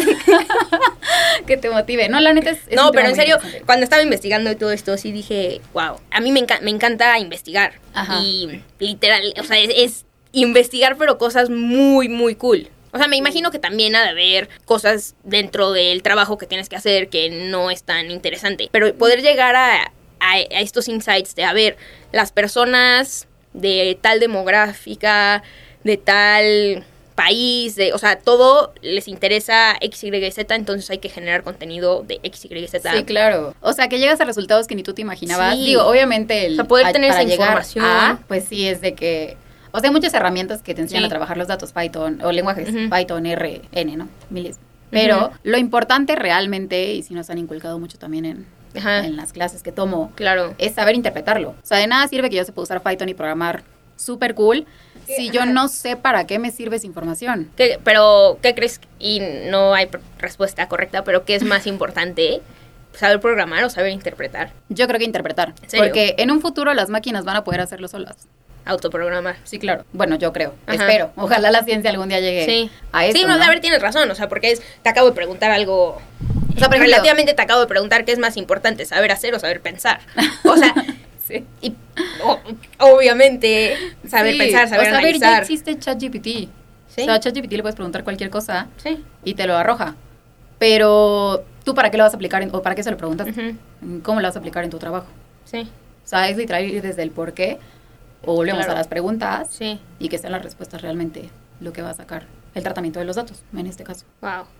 S2: Que te motive. No, la neta es
S1: No,
S2: un
S1: pero
S2: tema
S1: en
S2: muy
S1: serio,
S2: interesante.
S1: cuando estaba investigando y todo esto, sí dije, wow. A mí me encanta investigar.
S2: Ajá.
S1: Y literal, o sea, es investigar, pero cosas muy, muy cool. O sea, me imagino que también ha de haber cosas dentro del trabajo que tienes que hacer que no es tan interesante. Pero poder llegar a estos insights de, a ver, las personas de tal demográfica, de tal país, o sea, todo les interesa X, Y, Z, entonces hay que generar contenido de X, Y, Z.
S2: Sí, claro. O sea, que llegas a resultados que ni tú te imaginabas.
S1: Sí.
S2: Digo, obviamente
S1: O sea, poder tener
S2: para
S1: esa
S2: llegar
S1: información.
S2: a, pues sí, es de que... O sea, hay muchas herramientas que te enseñan
S1: Sí.
S2: a trabajar los datos Python o lenguajes
S1: Ujú.
S2: Python, R, N, ¿no? Miles. Pero
S1: Ujú.
S2: lo importante realmente, y si nos han inculcado mucho también
S1: Ajá.
S2: en las clases que tomo,
S1: Claro.
S2: es saber interpretarlo. O sea, de nada sirve que yo sepa usar Python y programar súper cool si yo no sé para qué me sirve esa información.
S1: Pero, ¿qué crees? Y no hay respuesta correcta, pero ¿qué es más importante? ¿Saber programar o saber interpretar?
S2: Yo creo que interpretar.
S1: ¿En serio?
S2: Porque en un futuro las máquinas van a poder hacerlo solas.
S1: Autoprogramar.
S2: Sí, claro. Bueno, yo creo.
S1: Ajá.
S2: Espero. Ojalá la ciencia algún día llegue
S1: Sí.
S2: a eso.
S1: Sí, no, a ver, tienes razón, o sea, porque te acabo de preguntar algo...
S2: O sea, por ejemplo-
S1: relativamente te acabo de preguntar qué es más importante, saber hacer o saber pensar. O sea,
S2: Sí.
S1: y, obviamente, saber
S2: Sí,
S1: pensar, saber
S2: o sea, a ver, ya
S1: analizar.
S2: existe ChatGPT.
S1: Sí.
S2: O sea, a ChatGPT le puedes preguntar cualquier cosa
S1: Sí.
S2: y te lo arroja. Pero, ¿tú para qué lo vas a aplicar? O ¿para qué se lo preguntas?
S1: Ujú.
S2: ¿Cómo lo vas a aplicar en tu trabajo?
S1: Sí.
S2: O sea, es literal ir desde el por qué o volvemos
S1: Claro.
S2: a las preguntas
S1: Sí.
S2: y que sean las respuestas realmente lo que va a sacar el tratamiento de los datos, en este caso.
S1: Wow.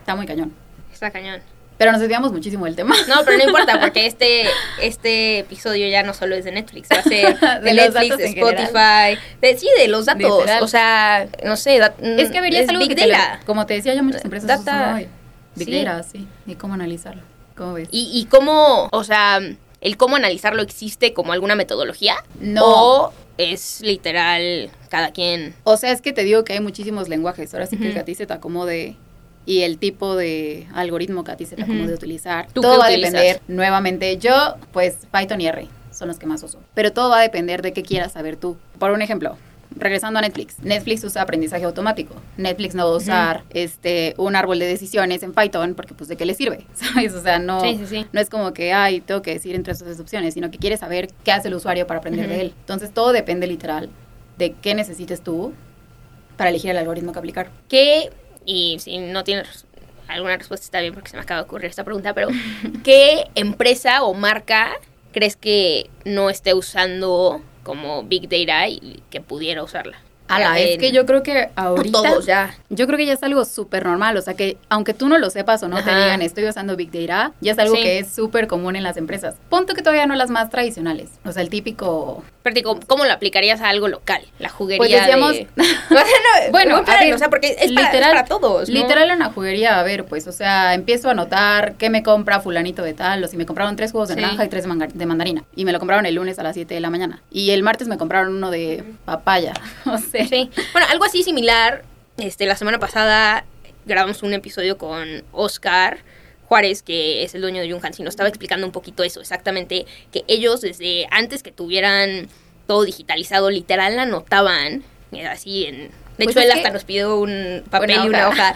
S2: Está muy cañón.
S1: Está cañón.
S2: Pero nos desviamos muchísimo del tema.
S1: No, pero no importa, porque este episodio ya no solo es de Netflix, va a ser de Netflix, de Spotify, de los datos. Literal. O sea, no sé.
S2: Es que verías algo
S1: Big Data.
S2: Como te decía, ya muchas empresas
S1: Data.
S2: usan Big Data, sí. Y cómo analizarlo. ¿Cómo ves?
S1: Y cómo, o sea, el cómo analizarlo existe como alguna metodología.
S2: No.
S1: O es literal cada quien.
S2: O sea, es que te digo que hay muchísimos lenguajes. Ahora sí que a ti se te acomode y el tipo de algoritmo que a ti se te acomode utilizar. Todo va a depender, nuevamente, yo, pues, Python y R son los que más uso. Pero todo va a depender de qué quieras saber tú. Por un ejemplo, regresando a Netflix. Netflix usa aprendizaje automático. Netflix no va a usar un árbol de decisiones en Python porque, pues, ¿de qué le sirve? ¿Sabes? O sea, no, no es como que, tengo que decir entre estas opciones, sino que quiere saber qué hace el usuario para aprender de él. Entonces, todo depende, literal, de qué necesites tú para elegir el algoritmo que aplicar.
S1: Y si no tienes alguna respuesta está bien porque se me acaba de ocurrir esta pregunta, pero ¿qué empresa o marca crees que no esté usando como Big Data y que pudiera usarla?
S2: Es que yo creo que ahorita...
S1: Todos ya.
S2: Yo creo que ya es algo súper normal, o sea que aunque tú no lo sepas o no te digan estoy usando Big Data, ya es algo que es súper común en las empresas. Punto que todavía no las más tradicionales, o sea, el típico...
S1: Pero ¿cómo lo aplicarías a algo local? La juguería
S2: pues decíamos...
S1: bueno, o sea, porque es para todos, ¿no?
S2: Literal en la juguería, a ver, pues, o sea, empiezo a anotar qué me compra fulanito de tal, o si me compraron 3 jugos de naranja y 3 de mandarina, y me lo compraron el lunes a las 7 de la mañana, y el martes me compraron uno de papaya, o sea...
S1: Sí. Bueno, algo así similar, la semana pasada grabamos un episodio con Oscar Juárez, que es el dueño de Junghans, y nos estaba explicando un poquito eso, exactamente, que ellos desde antes que tuvieran todo digitalizado, literal anotaban, así de hecho, él hasta nos pidió un papel y una hoja.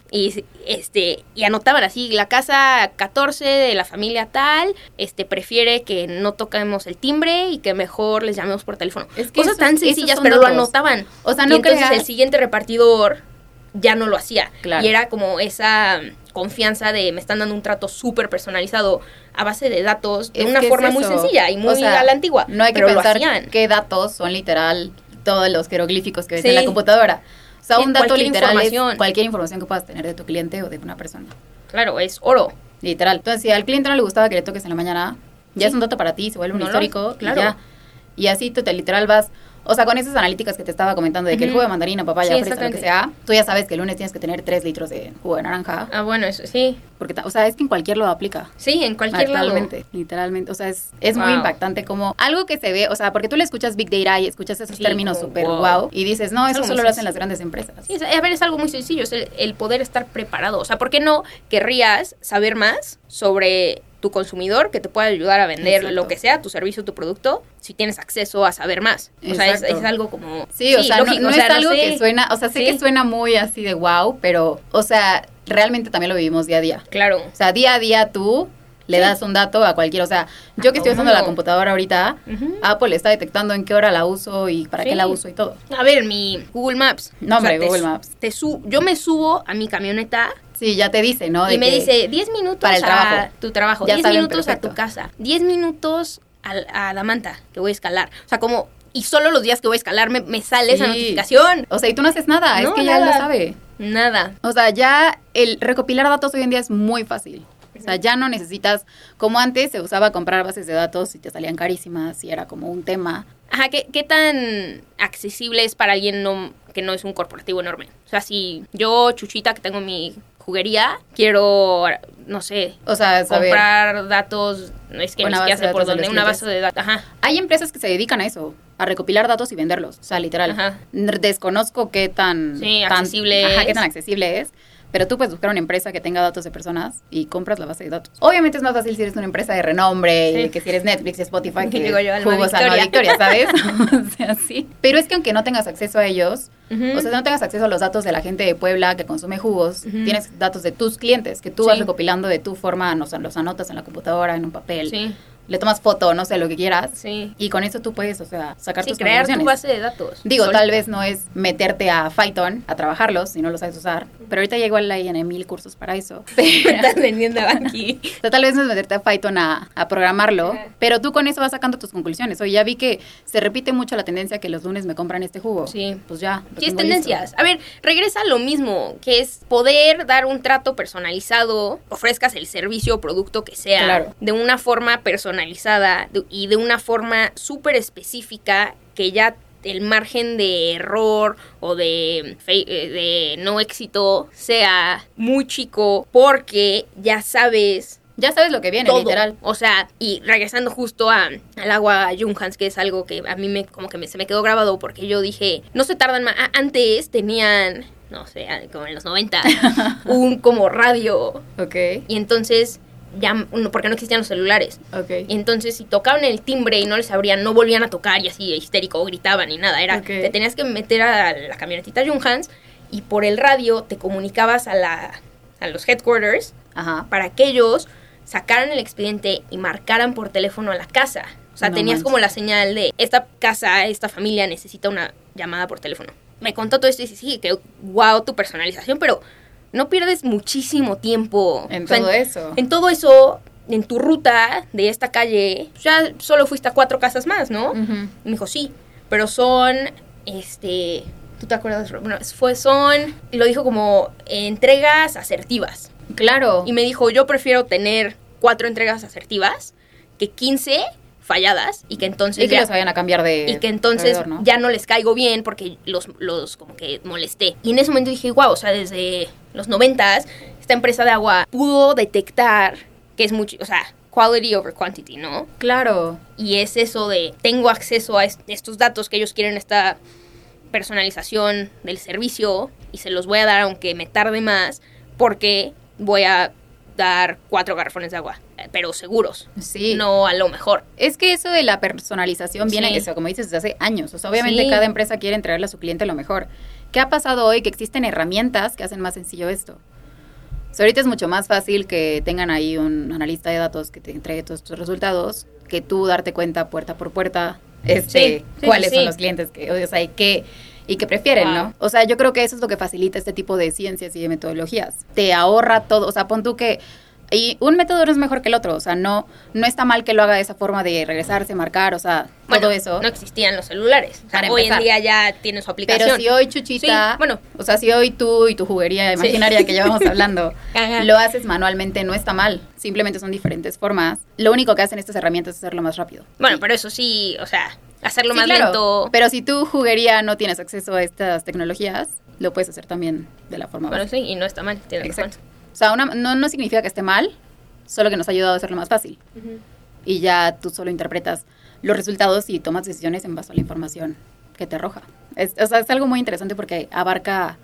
S1: Y anotaban así, la casa 14 de la familia tal, prefiere que no toquemos el timbre y que mejor les llamemos por teléfono. Es que cosas tan sencillas, pero datos. Lo anotaban. O sea, no entonces el siguiente repartidor ya no lo hacía. Claro. Y era como esa confianza de me están dando un trato súper personalizado a base de datos de una forma muy sencilla y muy a la antigua.
S2: No hay que pensar qué datos son literal todos los jeroglíficos que ves en la computadora. O sea, un dato literal es cualquier información que puedas tener de tu cliente o de una persona.
S1: Claro, es oro.
S2: Literal. Entonces, si al cliente no le gustaba que le toques en la mañana, ya es un dato para ti, se vuelve un histórico. Claro. Y así tú literal vas... O sea, con esas analíticas que te estaba comentando de que el jugo de mandarina, papaya, fresa, lo que sea, tú ya sabes que el lunes tienes que tener 3 litros de jugo de naranja.
S1: Ah, bueno, eso sí.
S2: Porque, o sea, es que en cualquier lado aplica.
S1: Sí, en cualquier lado.
S2: Literalmente. O sea, es muy impactante como algo que se ve, o sea, porque tú le escuchas Big Data y escuchas esos términos súper wow y dices, no, eso solo lo hacen las grandes empresas.
S1: Sí, a ver, es algo muy sencillo, es el poder estar preparado. O sea, ¿por qué no querrías saber más sobre tu consumidor que te pueda ayudar a vender lo que sea, tu servicio, tu producto, si tienes acceso a saber más? O sea, es algo como...
S2: Sí, o sea, lógico, no es algo que suena... O sea, sé que suena muy así de wow, pero, o sea, realmente también lo vivimos día a día.
S1: Claro.
S2: O sea, día a día tú le das un dato a cualquiera. O sea, yo que estoy usando la computadora ahorita, Apple está detectando en qué hora la uso y para qué la uso y todo.
S1: A ver, mi Google Maps.
S2: No, hombre, Google Maps.
S1: Yo me subo a mi camioneta...
S2: Sí, ya te dice, ¿no?
S1: Y me dice 10 minutos
S2: para el trabajo.
S1: Tu trabajo, 10 minutos a tu casa, 10 minutos a Damanta, que voy a escalar. O sea, como, y solo los días que voy a escalar me sale esa notificación.
S2: O sea, y tú no haces nada, es que ya lo sabe.
S1: Nada.
S2: O sea, ya el recopilar datos hoy en día es muy fácil. O sea, ya no necesitas, como antes se usaba comprar bases de datos y te salían carísimas y era como un tema.
S1: Ajá, ¿qué tan accesible es para alguien que no es un corporativo enorme? O sea, si yo, Chuchita, que tengo mi juguería, quiero, no sé,
S2: o sea,
S1: comprar datos, no es que ni siquiera sé por dónde, una base de datos. Ajá.
S2: Hay empresas que se dedican a eso, a recopilar datos y venderlos, o sea, literal.
S1: Ajá.
S2: Desconozco qué tan accesible es. Pero tú puedes buscar una empresa que tenga datos de personas y compras la base de datos. Obviamente es más fácil si eres una empresa de renombre y que si eres Netflix y Spotify que jugos a Alma Victoria, ¿sabes? O sea, sí. Pero es que aunque no tengas acceso a ellos, o sea, no tengas acceso a los datos de la gente de Puebla que consume jugos, tienes datos de tus clientes que tú vas recopilando de tu forma, los anotas en la computadora, en un papel. Sí. Le tomas foto, no sé, lo que quieras. Sí. Y con eso tú puedes, o sea, sacar tus
S1: crear tu base de datos.
S2: Digo, tal vez no es meterte a Python a trabajarlos si no lo sabes usar. Pero ahorita ya igual hay 1000 cursos para eso.
S1: Estás vendiendo aquí.
S2: O sea, tal vez no es meterte a Python a programarlo, pero tú con eso vas sacando tus conclusiones. Oye, ya vi que se repite mucho la tendencia que los lunes me compran este jugo.
S1: Sí.
S2: Pues ya.
S1: Sí, es tendencias. A ver, regresa a lo mismo, que es poder dar un trato personalizado, ofrezcas el servicio o producto que sea,
S2: Claro.
S1: de una forma personalizada y de una forma súper específica que ya el margen de error o de no éxito sea muy chico porque ya sabes
S2: lo que viene,
S1: todo.
S2: literal.
S1: O sea, y regresando justo al agua Junghans, que es algo que a mí se me quedó grabado porque yo dije, no se tardan más. Antes tenían, no sé, como en los 90, un como radio.
S2: Ok.
S1: Y entonces, porque no existían los celulares.
S2: Ok.
S1: Y entonces, si tocaban el timbre y no les abrían, no volvían a tocar y así histérico, o gritaban y nada. Era, te tenías que meter a la camionetita Junghans y por el radio te comunicabas a los headquarters.
S2: Ajá.
S1: Para que ellos sacaran el expediente y marcaran por teléfono a la casa. O sea, tenías como la señal de esta casa, esta familia necesita una llamada por teléfono. Me contó todo esto y dice, sí, que wow, tu personalización, pero no pierdes muchísimo tiempo.
S2: En todo eso.
S1: En todo eso, en tu ruta de esta calle, ya solo fuiste a 4 casas más, ¿no?
S2: Uh-huh.
S1: Y me dijo, sí, pero son, ¿tú te acuerdas? Bueno, lo dijo como entregas asertivas.
S2: Claro.
S1: Y me dijo, yo prefiero tener 4 entregas asertivas que 15 falladas y que entonces
S2: y que los vayan a cambiar de
S1: y que entonces
S2: proveedor, ¿no?
S1: ya no les caigo bien porque los como que molesté. Y en ese momento dije, wow, o sea, desde los 90s esta empresa de agua pudo detectar que es mucho, o sea, quality over quantity, ¿no?
S2: Claro.
S1: Y es eso de tengo acceso a estos datos que ellos quieren, esta personalización del servicio y se los voy a dar aunque me tarde más porque voy a dar 4 garrafones de agua, pero seguros.
S2: Sí.
S1: No a lo mejor.
S2: Es que eso de la personalización viene, eso, como dices, desde hace años. O sea, obviamente cada empresa quiere entregarle a su cliente lo mejor. ¿Qué ha pasado hoy? Que existen herramientas que hacen más sencillo esto. O sea, ahorita es mucho más fácil que tengan ahí un analista de datos que te entregue todos tus resultados, que tú darte cuenta puerta por puerta cuáles son los clientes que, o sea, y que prefieren, ¿no? O sea, yo creo que eso es lo que facilita este tipo de ciencias y de metodologías. Te ahorra todo, o sea, pon tú que y un método no es mejor que el otro, o sea, no está mal que lo haga de esa forma de regresarse, marcar, o sea, todo eso.
S1: No existían los celulares. O sea, hoy en día ya tiene su aplicación.
S2: Pero si hoy, Chuchita, o sea, si hoy tú y tu juguería imaginaria que llevamos hablando, lo haces manualmente, no está mal. Simplemente son diferentes formas. Lo único que hacen estas herramientas es hacerlo más rápido.
S1: Bueno, pero eso sí, o sea, hacerlo más lento.
S2: Pero si tu juguería no tienes acceso a estas tecnologías, lo puedes hacer también de la forma
S1: básica. Sí, y no está mal, tienes razón.
S2: O sea, no significa que esté mal, solo que nos ha ayudado a hacerlo más fácil. Uh-huh. Y ya tú solo interpretas los resultados y tomas decisiones en base a la información que te arroja. Es algo muy interesante porque abarca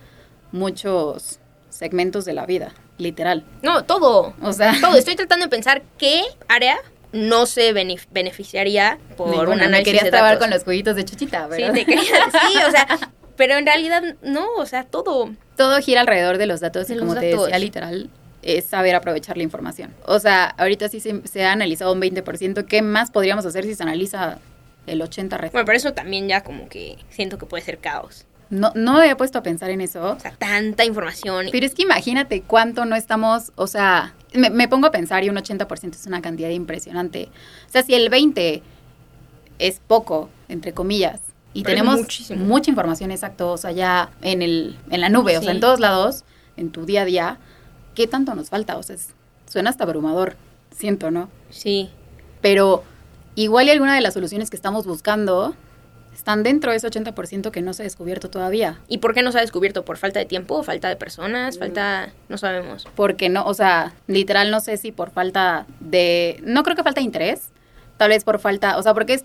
S2: muchos segmentos de la vida, literal.
S1: No, todo.
S2: O sea,
S1: todo. Estoy tratando de pensar qué área no se beneficiaría por un análisis de datos.
S2: Querías trabajar con los juguitos de Chuchita, ¿verdad?
S1: Sí, o sea, pero en realidad no, o sea, todo.
S2: Todo gira alrededor de los datos y como te decía, literal, es saber aprovechar la información. O sea, ahorita sí se ha analizado un 20%. ¿Qué más podríamos hacer si se analiza el 80%?
S1: Bueno, pero eso también ya como que siento que puede ser caos.
S2: No me había puesto a pensar en eso.
S1: O sea, tanta información.
S2: Pero es que imagínate cuánto no estamos, o sea, me pongo a pensar y un 80% es una cantidad impresionante. O sea, si el 20% es poco, entre comillas, y pero tenemos mucha información, exacto, o sea, ya en la nube, sí. O sea, en todos lados, en tu día a día, ¿qué tanto nos falta? O sea, suena hasta abrumador, siento, ¿no?
S1: Sí.
S2: Pero igual y alguna de las soluciones que estamos buscando están dentro de ese 80% que no se ha descubierto todavía.
S1: ¿Y por qué no se ha descubierto? ¿Por falta de tiempo? ¿Falta de personas? No sabemos.
S2: Porque no, o sea, literal no sé si por falta de... No creo que falta de interés, tal vez por falta... O sea, porque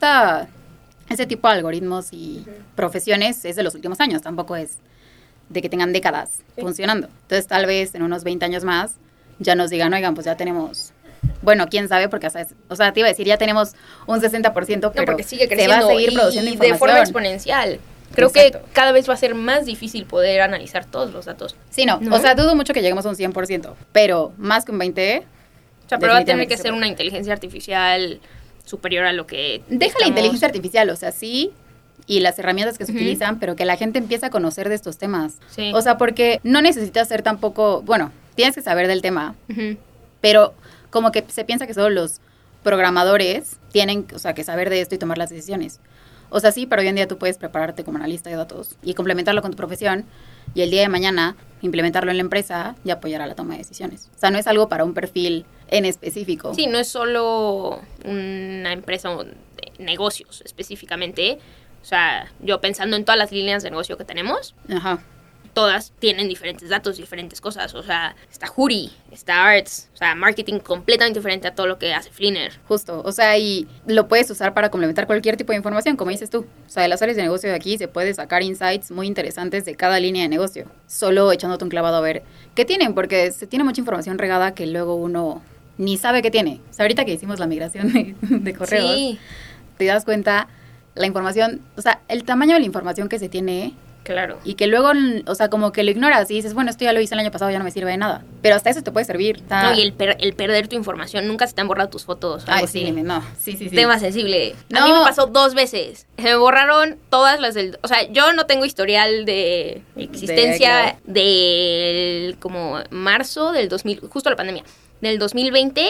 S2: ese tipo de algoritmos y profesiones es de los últimos años, tampoco es de que tengan décadas funcionando. Entonces, tal vez en unos 20 años más ya nos digan, oigan, pues ya tenemos... Bueno, quién sabe, porque, o sea, te iba a decir, ya tenemos un 60%, pero
S1: porque sigue creciendo,
S2: se va a seguir produciendo información.
S1: De forma exponencial. Creo que cada vez va a ser más difícil poder analizar todos los datos.
S2: Sí, ¿no? O sea, dudo mucho que lleguemos a un 100%, pero más que un 20%...
S1: O sea, pero va a tener que ser una inteligencia artificial superior a lo que...
S2: Deja la inteligencia artificial, o sea, sí, y las herramientas que se utilizan, pero que la gente empieza a conocer de estos temas.
S1: Sí.
S2: O sea, porque no necesitas ser tampoco, bueno, tienes que saber del tema, pero como que se piensa que solo los programadores tienen, o sea, que saber de esto y tomar las decisiones. O sea, sí, pero hoy en día tú puedes prepararte como analista de datos y complementarlo con tu profesión y el día de mañana implementarlo en la empresa y apoyar a la toma de decisiones. O sea, no es algo para un perfil en específico.
S1: Sí, no es solo una empresa de negocios específicamente. O sea, yo pensando en todas las líneas de negocio que tenemos,
S2: Ajá.
S1: todas tienen diferentes datos, diferentes cosas. O sea, está Juri, está Arts, o sea, marketing completamente diferente a todo lo que hace Flinner.
S2: Justo, o sea, y lo puedes usar para complementar cualquier tipo de información, como dices tú. O sea, de las áreas de negocio de aquí se puede sacar insights muy interesantes de cada línea de negocio, solo echándote un clavado a ver qué tienen, porque se tiene mucha información regada que luego uno ni sabe qué tiene. O sea, ahorita que hicimos la migración de correos,
S1: Sí,
S2: te das cuenta la información, o sea, el tamaño de la información que se tiene
S1: claro.
S2: y que luego, o sea, como que lo ignoras y dices, bueno, esto ya lo hice el año pasado, ya no me sirve de nada. Pero hasta eso te puede servir. Está...
S1: No, y el perder tu información. Nunca se te han borrado tus fotos.
S2: Ay,
S1: Algo
S2: sí,
S1: así.
S2: no, sí.
S1: Tema sensible. A
S2: No.
S1: mí me pasó 2 veces. Se me borraron todas las del... O sea, yo no tengo historial de existencia del como marzo del 2000, justo la pandemia, del 2020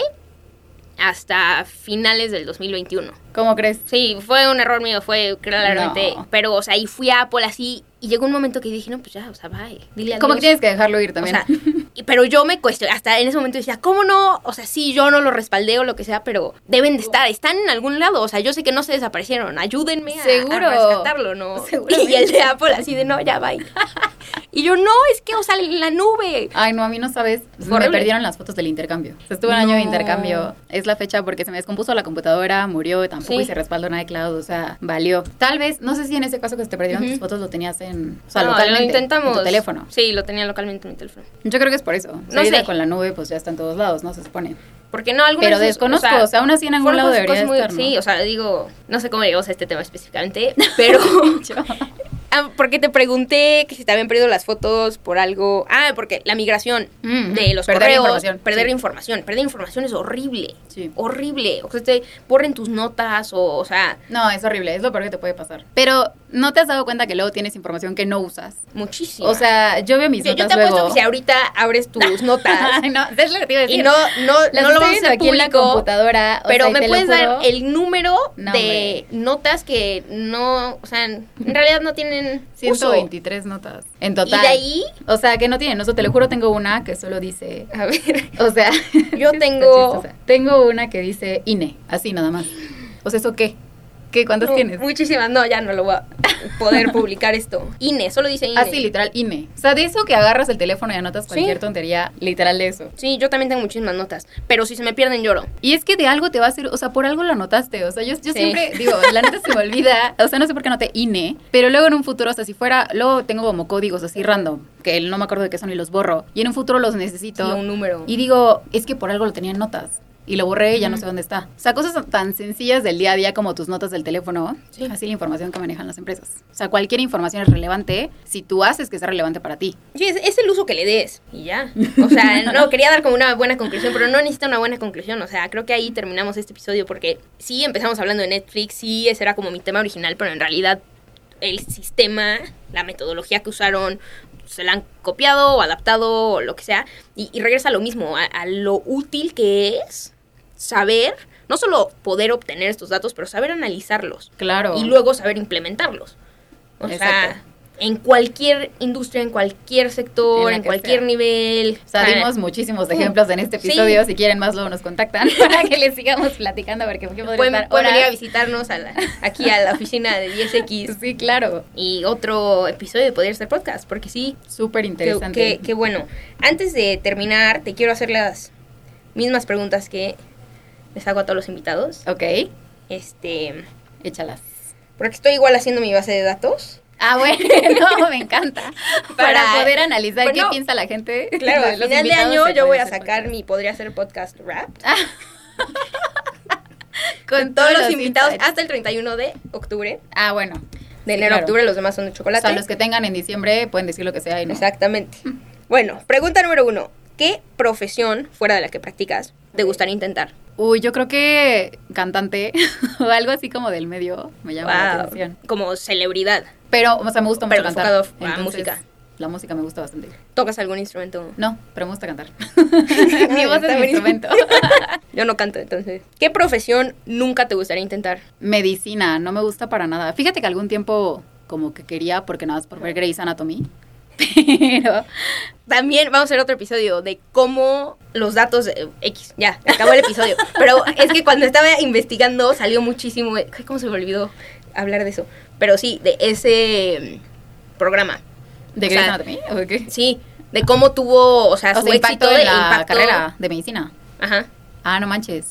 S1: hasta finales del 2021.
S2: ¿Cómo crees?
S1: Sí, fue un error mío, fue claramente...
S2: No.
S1: Pero, o sea, y fui a Apple así y llegó un momento que dije, no, pues ya, o sea, bye. Dile adiós.
S2: Como que tienes que dejarlo ir también.
S1: O sea, pero yo me cuestioné, hasta en ese momento decía, ¿cómo no? O sea, sí, yo no lo respaldé o lo que sea, pero deben de estar, están en algún lado. O sea, yo sé que no se desaparecieron, ayúdenme
S2: Seguro.
S1: a rescatarlo, ¿no?
S2: Seguramente.
S1: Y el de Apple así de, no, ya, bye. Y yo, no, es que, o sea, en la nube.
S2: Ay, no, a mí no sabes. Me
S1: Horrible.
S2: perdieron las fotos del intercambio. O sea, estuve un año de intercambio. Es la fecha porque se me descompuso la computadora, murió, tampoco
S1: Sí.
S2: hice respaldo en iCloud, o sea, valió. Tal vez, no sé si en ese caso que se te perdieron tus fotos lo tenías en, o sea,
S1: No,
S2: localmente,
S1: lo intentamos.
S2: en tu teléfono.
S1: Sí, lo tenía localmente en mi teléfono.
S2: Yo creo que es por eso. O sea,
S1: No
S2: ahorita
S1: sé.
S2: con la nube, pues ya está en todos lados, ¿no? Se supone.
S1: Porque no, algunas
S2: Pero
S1: veces,
S2: desconozco, o sea, aún así en algún
S1: fueron
S2: lado
S1: cosas
S2: debería
S1: muy-
S2: estar, ¿no?
S1: Sí, o sea, digo, no sé cómo llegamos a este tema específicamente, pero...
S2: Yo-
S1: porque te pregunté que si te habían perdido las fotos por algo. Ah, porque la migración de los
S2: Perder
S1: correos.
S2: información,
S1: Perder
S2: sí.
S1: información. Perder información es horrible.
S2: Sí.
S1: Horrible. O sea, te borren tus notas o sea,
S2: No, es horrible, es lo peor que te puede pasar. Pero, ¿no te has dado cuenta que luego tienes información que no usas?
S1: muchísimo.
S2: O sea, yo veo mis
S1: yo
S2: notas
S1: te apuesto
S2: luego...
S1: que si ahorita abres tus notas
S2: Ay, no, es lo que te iba a decir.
S1: y no
S2: Las
S1: lo
S2: estoy
S1: vamos a
S2: viendo
S1: hacer
S2: aquí en la
S1: público,
S2: computadora. o
S1: pero
S2: sea, y
S1: me
S2: te lo
S1: puedes dar
S2: juro.
S1: el número
S2: No,
S1: de notas que no, o sea, en realidad no tienen uso.
S2: 123 notas en total.
S1: Y de ahí,
S2: O sea, que no tienen uso. Te lo juro, tengo una que solo dice...
S1: a ver,
S2: O sea...
S1: Yo
S2: está
S1: tengo-
S2: chistosa. Tengo una que dice INE, así nada más. O sea, ¿eso qué? ¿Qué? ¿Cuántas
S1: no,
S2: tienes?
S1: muchísimas, no, ya no lo voy a poder publicar esto. INE, solo dice INE.
S2: Así, literal, INE. O sea, de eso que agarras el teléfono y anotas cualquier
S1: Sí.
S2: tontería, literal de eso.
S1: Sí, yo también tengo muchísimas notas, pero si se me pierden lloro.
S2: Y es que de algo te va a hacer, o sea, por algo lo anotaste. O sea, yo
S1: Sí.
S2: siempre digo, la neta se me olvida, o sea, no sé por qué anoté INE, pero luego en un futuro, o sea, si fuera, luego tengo como códigos así random, que no me acuerdo de qué son y los borro, y en un futuro los necesito.
S1: Sí, un número.
S2: Y digo, es que por algo lo tenía en notas. Y lo borré y ya no sé dónde está. O sea, cosas tan sencillas del día a día como tus notas del teléfono.
S1: Sí.
S2: Así la información que manejan las empresas. O sea, cualquier información es relevante si tú haces que sea relevante para ti.
S1: Sí, es el uso que le des y ya. O sea, no, quería dar como una buena conclusión, pero no necesita una buena conclusión. O sea, creo que ahí terminamos este episodio porque sí empezamos hablando de Netflix, sí, ese era como mi tema original, pero en realidad el sistema, la metodología que usaron, se la han copiado o adaptado o lo que sea. Y regresa a lo mismo, a lo útil que es saber, no solo poder obtener estos datos, pero saber analizarlos.
S2: Claro.
S1: Y luego saber implementarlos. O
S2: Exacto.
S1: sea, en cualquier industria, en cualquier sector,
S2: En la
S1: en
S2: que
S1: cualquier
S2: sea.
S1: nivel.
S2: O sea, dimos muchísimos ejemplos en este episodio.
S1: Sí.
S2: Si quieren más, luego nos contactan para que les sigamos platicando. Porque yo podría
S1: Pueden
S2: estar
S1: venir a
S2: horas.
S1: visitarnos aquí a la oficina de 10X.
S2: Sí, claro.
S1: Y otro episodio de Podría Ser Podcast, porque sí,
S2: Súper interesante.
S1: qué bueno. Antes de terminar, te quiero hacer las mismas preguntas que les hago a todos los invitados.
S2: Ok, échalas.
S1: Porque estoy igual haciendo mi base de datos.
S2: Ah, bueno, me encanta. Para poder analizar
S1: Pues
S2: qué
S1: no.
S2: piensa la gente.
S1: Claro,
S2: de
S1: al
S2: los
S1: final de
S2: invitados
S1: año
S2: de
S1: yo voy a
S2: Podría Ser
S1: sacar
S2: Podcast.
S1: mi Podría Ser Podcast Rap.
S2: Con
S1: Todos los invitados
S2: insights.
S1: hasta el 31 de octubre.
S2: Ah, bueno.
S1: De
S2: Sí,
S1: enero a
S2: claro.
S1: octubre, los demás son de
S2: O
S1: chocolate.
S2: sea, los que tengan en diciembre pueden decir lo que sea y no.
S1: Exactamente. Bueno, pregunta número 1. ¿Qué profesión, fuera de la que practicas, te gustaría intentar?
S2: Uy, yo creo que cantante o algo así como del medio me llama la atención.
S1: Como celebridad.
S2: Pero, o sea, me gusta mucho cantar.
S1: Pero enfocado a
S2: Entonces,
S1: música.
S2: La música me gusta bastante.
S1: ¿Tocas algún instrumento?
S2: No, pero me gusta cantar. Mi voz es mi instrumento.
S1: Yo no canto, entonces. ¿Qué profesión nunca te gustaría intentar?
S2: Medicina, no me gusta para nada. Fíjate que algún tiempo como que quería, porque nada más por ver Grey's Anatomy. Pero
S1: también vamos a hacer otro episodio de cómo los datos X, ya, acabó el episodio. Pero es que cuando estaba investigando salió muchísimo, ¿cómo se me olvidó hablar de eso? Pero sí, de ese programa.
S2: ¿De Grey's Anatomy? ¿O qué?
S1: Sí, de cómo tuvo, o sea, su
S2: impacto
S1: éxito
S2: en la carrera de medicina.
S1: Ajá.
S2: Ah, no manches.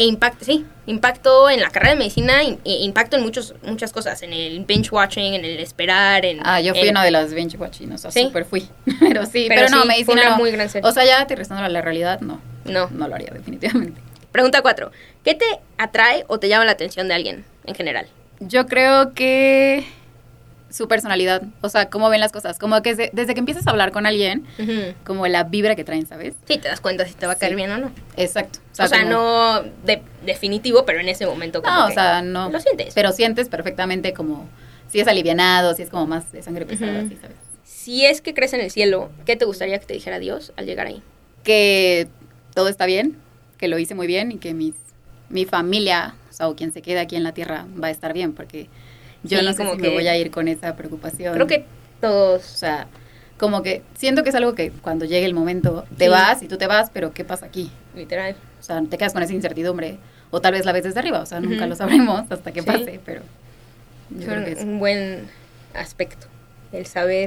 S1: Impacto en la carrera de medicina, impacto en muchas cosas, en el binge watching, en el esperar,
S2: yo fui una de las binge watching, o sea, ¿sí? Súper fui. Pero no, medicina
S1: fue una
S2: no.
S1: Muy gran serie.
S2: O sea, ya aterrizando a la realidad, no lo haría definitivamente.
S1: Pregunta 4. ¿Qué te atrae o te llama la atención de alguien en general?
S2: Yo creo que su personalidad, o sea, cómo ven las cosas, como que desde que empiezas a hablar con alguien, como la vibra que traen, ¿sabes?
S1: Sí, te das cuenta si te va a caer bien o no.
S2: Exacto.
S1: O sea no definitivo, pero en ese momento como
S2: o sea, no.
S1: Lo sientes.
S2: Pero sientes perfectamente como si es alivianado, si es como más de sangre pesada, así, ¿sabes?
S1: Si es que crees en el cielo, ¿qué te gustaría que te dijera Dios al llegar ahí?
S2: Que todo está bien, que lo hice muy bien y que mi familia, o sea, o quien se quede aquí en la tierra va a estar bien, porque yo no sé si me voy a ir con esa preocupación.
S1: Creo que todos,
S2: o sea, como que siento que es algo que cuando llegue el momento te vas y tú te vas, pero ¿qué pasa aquí?
S1: Literal.
S2: O sea, te quedas con esa incertidumbre, o tal vez la ves desde arriba, o sea, nunca lo sabremos hasta que pase, pero yo creo que es
S1: un buen aspecto, el saber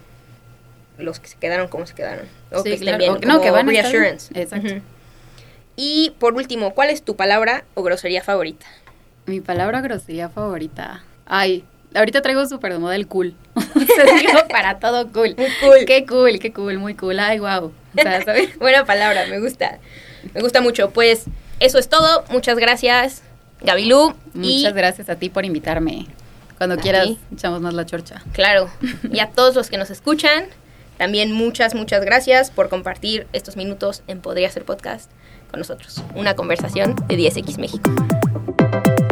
S1: los que se quedaron, cómo se quedaron, o que estén bien,
S2: que van
S1: reassurance.
S2: Exacto.
S1: Y por último, ¿cuál es tu palabra o grosería favorita?
S2: Mi palabra grosería favorita. Ay, ahorita traigo súper de moda el cool. Se digo para todo cool.
S1: Muy cool.
S2: Qué cool, muy cool. Ay, wow. O sea, ¿sabes?
S1: Buena palabra, me gusta. Me gusta mucho. Pues eso es todo. Muchas gracias, Gabilú.
S2: Muchas gracias a ti por invitarme. Cuando quieras, echamos más la chorcha.
S1: Claro. Y a todos los que nos escuchan, también muchas gracias por compartir estos minutos en Podría Ser Podcast con nosotros. Una conversación de 10X México.